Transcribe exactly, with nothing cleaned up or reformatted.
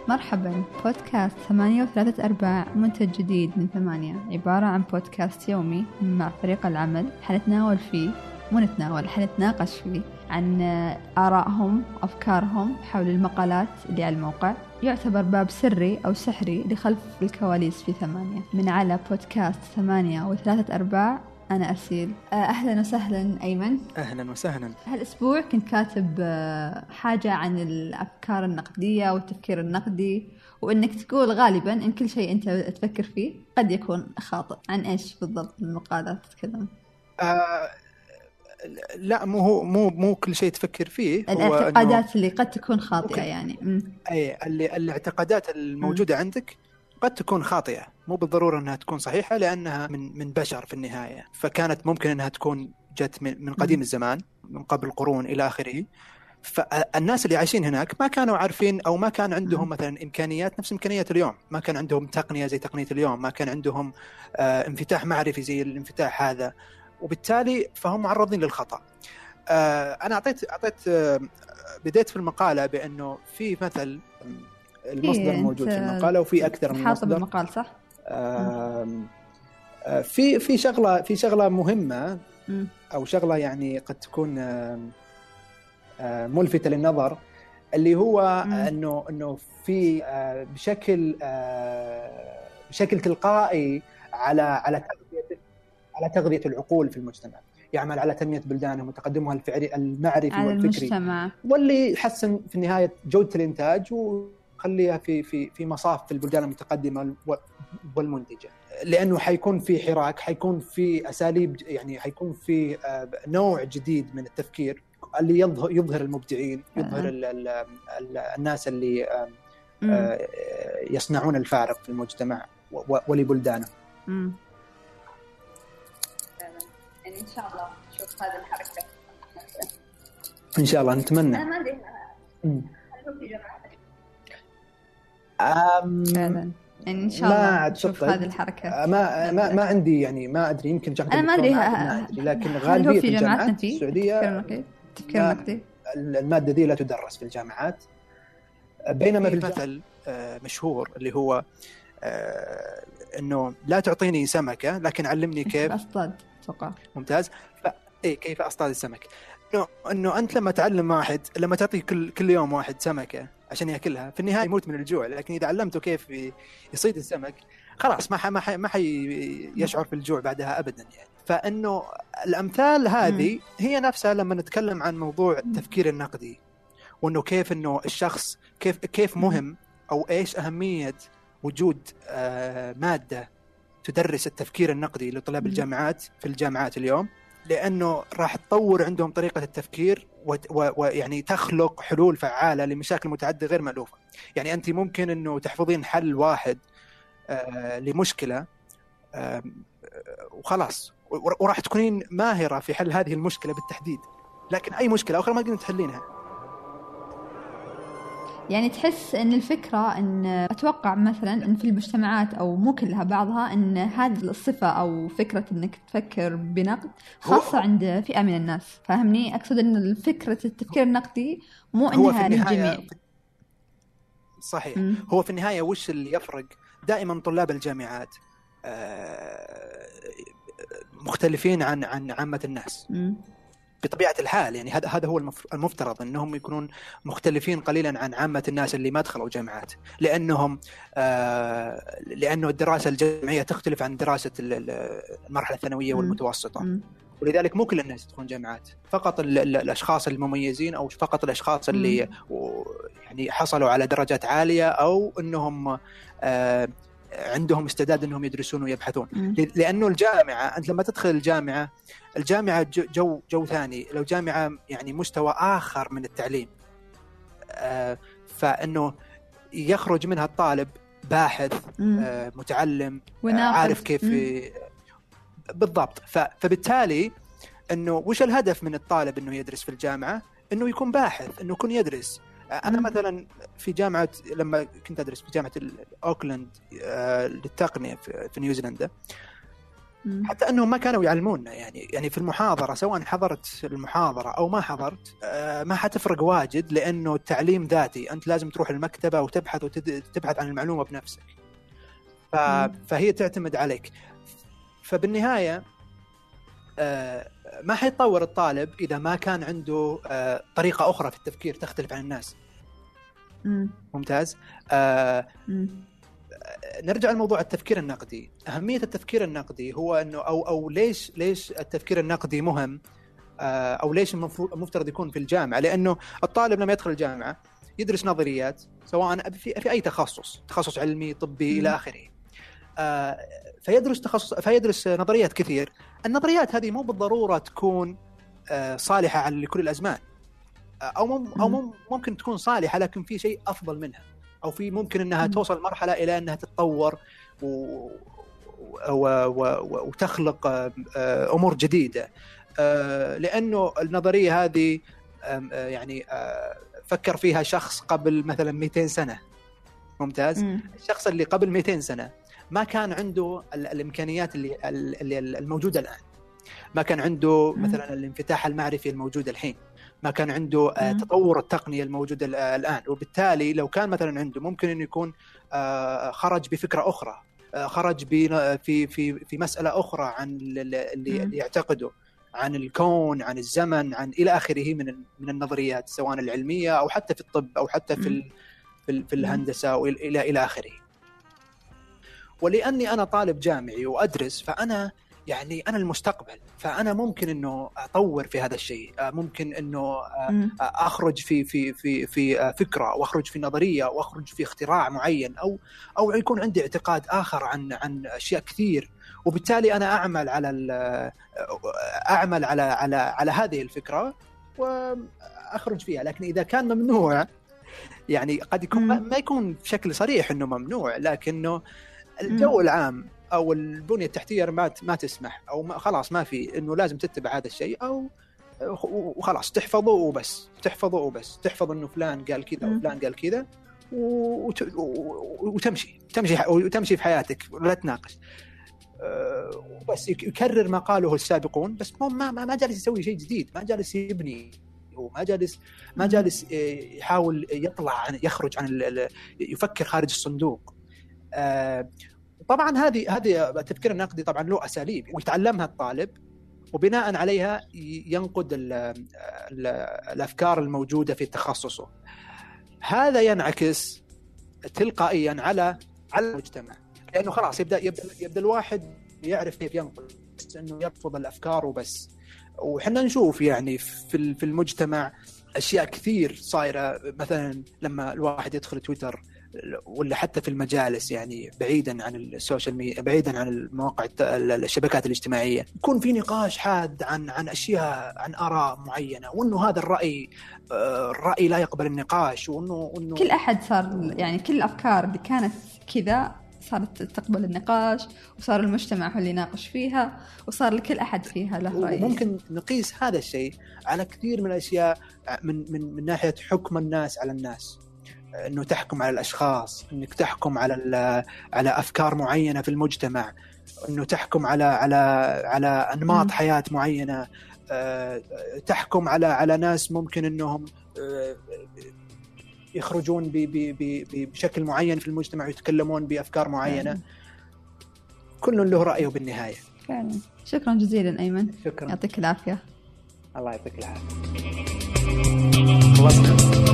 مرحبا، بودكاست ثمانية وثلاثة أرباع منتج جديد من ثمانية، عبارة عن بودكاست يومي مع فريق العمل حنتناول فيه مو نتناول حنتناقش فيه عن آرائهم أفكارهم حول المقالات اللي على الموقع. يعتبر باب سري أو سحري لخلف الكواليس في ثمانية. من على بودكاست ثمانية وثلاثة أرباع، أنا أرسيل. أهلا وسهلا أيمن. أهلا وسهلا. هالأسبوع كنت كاتب حاجة عن الأفكار النقدية والتفكير النقدي، وإنك تقول غالبا إن كل شيء أنت تفكر فيه قد يكون خاطئ. عن إيش بالضبط المقالات تتكلم؟ آه لا مو هو مو مو كل شيء تفكر فيه، الاعتقادات اللي قد تكون خاطئة يعني م. أي اللي الاعتقادات الموجودة م. عندك قد تكون خاطئة، مو بالضرورة أنها تكون صحيحة لأنها من من بشر في النهاية، فكانت ممكن أنها تكون جت من من قديم م. الزمان، من قبل قرون إلى آخره. فالناس اللي عايشين هناك ما كانوا عارفين أو ما كان عندهم م. مثلا إمكانيات نفس إمكانيات اليوم، ما كان عندهم تقنية زي تقنية اليوم، ما كان عندهم آه انفتاح معرفي زي الانفتاح هذا، وبالتالي فهم معرضين للخطأ. آه أنا أعطيت أعطيت آه بديت في المقالة بأنه في مثل المصدر موجود في المقالة وفي أكثر من مصدر. المقال صح؟ آه آه في في شغلة في شغلة مهمة م. أو شغلة يعني قد تكون آه آه ملفتة للنظر، اللي هو م. إنه إنه في آه بشكل آه بشكل تلقائي على على تغذية على تغذية العقول في المجتمع، يعمل على تنمية بلدانهم وتقدمها الفعري المعرفي والفكري المجتمع. واللي يحسن في النهاية جودة الإنتاج وخليها في في في مصاف في البلدان المتقدمة والمنتجة، لأنه حيكون في حراك، حيكون في أساليب، يعني حيكون في نوع جديد من التفكير اللي يظهر يظهر المبدعين، يظهر ال ال ال الناس اللي يصنعون الفارق في المجتمع ولبلدانه. إن شاء الله نشوف هذه الحركة. إن شاء الله نتمنى. أنا ما أدري هل هو في جامعتك؟ فعلا إن شاء الله نشوف هذه الحركة. ما ما ما عندي يعني ما أدري، يمكن جامعة أنا ما أدري, ما أدري لكن غالبية الجامعات في السعودية تفكير نقدي المادة دي لا تدرس في الجامعات، بينما في مثل مشهور اللي هو إنه لا تعطيني سمكة لكن علمني كيف أصطاد. توقع ممتاز. إيه كيف أصطاد السمك. إنه إنه أنت لما تعلم واحد، لما تعطي كل كل يوم واحد سمكة عشان يأكلها، في النهاية يموت من الجوع، لكن إذا علمته كيف يصيد السمك خلاص ما ح ما ح ما حي يشعر بالجوع بعدها أبدا يعني. فإنه الأمثال هذه هي نفسها لما نتكلم عن موضوع التفكير النقدي، وإنه كيف إنه الشخص كيف كيف مهم أو إيش أهمية وجود آه مادة تدرس التفكير النقدي لطلاب الجامعات في الجامعات اليوم، لأنه راح تطور عندهم طريقة التفكير ويعني تخلق حلول فعالة لمشاكل متعددة غير مألوفة. يعني أنت ممكن أنه تحفظين حل واحد آه لمشكلة آه وخلاص، وراح تكونين ماهرة في حل هذه المشكلة بالتحديد، لكن أي مشكلة أخرى ما تقدرين تحلينها. يعني تحس ان الفكرة ان اتوقع مثلا ان في المجتمعات او مو كلها بعضها ان هذه الصفة او فكرة انك تفكر بنقد خاصة عند فئة من الناس، فاهمني؟ اقصد ان فكرة التفكير النقدي مو انها للجميع. صحيح. م. هو في النهاية وش اللي يفرق؟ دائما طلاب الجامعات مختلفين عن عن عامة الناس. م. بطبيعة الحال، يعني هذا هذا هو المفترض أنهم يكونون مختلفين قليلا عن عامة الناس اللي ما دخلوا جامعات، لأنهم آه لأنه الدراسة الجامعية تختلف عن دراسة المرحلة الثانوية والمتوسطة، م. ولذلك مو كل الناس يدخلون جامعات، فقط ال ال الأشخاص المميزين أو فقط الأشخاص اللي يعني حصلوا على درجات عالية أو أنهم آه عندهم استعداد أنهم يدرسون ويبحثون. م. لأنه الجامعة، أنت لما تدخل الجامعة الجامعة جو جو ثاني، لو جامعة يعني مستوى آخر من التعليم، آه فإنه يخرج منها الطالب باحث آه متعلم آه عارف كيف بالضبط. فبالتالي إنه وش الهدف من الطالب إنه يدرس في الجامعة؟ إنه يكون باحث، إنه يكون يدرس. أنا مثلا في جامعة، لما كنت أدرس في جامعة أوكلاند آه للتقنية في نيوزيلندا، حتى أنهم ما كانوا يعلموننا يعني يعني في المحاضرة، سواء حضرت المحاضرة أو ما حضرت ما حتفرق واجد، لأنه التعليم ذاتي، أنت لازم تروح المكتبة وتبحث وتبحث عن المعلومة بنفسك، فهي تعتمد عليك. فبالنهاية ما حيتطور الطالب إذا ما كان عنده طريقة أخرى في التفكير تختلف عن الناس. ممتاز. نرجع لموضوع التفكير النقدي. أهمية التفكير النقدي هو أنه أو أو ليش ليش التفكير النقدي مهم، أو ليش المفترض يكون في الجامعة؟ لأنه الطالب لما يدخل الجامعة يدرس نظريات، سواء في في أي تخصص، تخصص علمي، طبي، م. إلى آخره. فيدرس تخصص فيدرس نظريات كثير. النظريات هذه مو بالضرورة تكون صالحة على كل الأزمان، أو مم أو ممكن تكون صالحة لكن في شيء أفضل منها، أو في ممكن أنها توصل مرحلة إلى أنها تتطور و... و... و... وتخلق أمور جديدة. لأنه النظرية هذه يعني فكر فيها شخص قبل مثلا مئتين سنة. ممتاز. م. الشخص اللي قبل مئتين سنة ما كان عنده الإمكانيات اللي اللي الموجودة الآن، ما كان عنده مثلا الانفتاح المعرفي الموجود الحين، ما كان عنده تطور التقنية الموجودة الآن. وبالتالي لو كان مثلا عنده، ممكن أن يكون خرج بفكرة أخرى، خرج في في في مسألة أخرى عن اللي, اللي يعتقده عن الكون، عن الزمن، عن إلى آخره من من النظريات، سواء العلمية أو حتى في الطب أو حتى في في, في الهندسة وإلى إلى آخره. ولأني أنا طالب جامعي وأدرس، فأنا يعني أنا المستقبل، فأنا ممكن إنه أطور في هذا الشيء، ممكن إنه أخرج في في في في فكرة، وأخرج في نظرية، وأخرج في اختراع معين، أو أو يكون عندي اعتقاد آخر عن عن أشياء كثير. وبالتالي أنا أعمل على أعمل على على على هذه الفكرة وأخرج فيها. لكن إذا كان ممنوع، يعني قد يكون ما يكون بشكل صريح إنه ممنوع، لكنه الجو العام أو البنية التحتية ما ما تسمح، أو ما خلاص ما في إنه لازم تتبع هذا الشيء، أو وخلاص تحفظه وبس، تحفظه وبس، تحفظ إنه فلان قال كذا وفلان قال كذا، وتمشي تمشي وتمشي في حياتك ولا تناقش، بس يكرر ما قاله السابقون، بس ما ما ما جالس يسوي شيء جديد، ما جالس يبني، وما جالس ما جالس يحاول يطلع عن يخرج عن يفكر خارج الصندوق. طبعا هذه هذه التفكير النقدي طبعا له أساليب ويتعلمها الطالب، وبناء عليها ينقد ال ال الأفكار الموجودة في تخصصه. هذا ينعكس تلقائيا على على المجتمع، لأنه خلاص يبدأ يبدأ, يبدأ الواحد يعرف كيف ينقد، إنه يرفض الأفكار وبس. وحنا نشوف يعني في في المجتمع أشياء كثير صايرة، مثلا لما الواحد يدخل تويتر ولا حتى في المجالس، يعني بعيدا عن السوشيال ميديا، بعيدا عن المواقع الشبكات الاجتماعية، يكون في نقاش حاد عن عن أشياء، عن آراء معينة، وإنه هذا الرأي الرأي لا يقبل النقاش، وإنه وإنه كل أحد صار يعني كل الأفكار اللي كانت كذا صارت تقبل النقاش، وصار المجتمع هو اللي يناقش فيها، وصار لكل أحد فيها له رأي. وممكن نقيس هذا الشيء على كثير من الأشياء، من من من ناحية حكم الناس على الناس، إنه تحكم على الأشخاص، إنك تحكم على على أفكار معينة في المجتمع، إنه تحكم على على على أنماط م. حياة معينة، تحكم على على ناس ممكن إنهم يخرجون بشكل معين في المجتمع ويتكلمون بأفكار معينة. فعلا. كل له رأيه بالنهاية. فعلا. شكرا جزيلا أيمن. شكرا. يعطيك العافية. الله يعطيك العافية. خلصنا.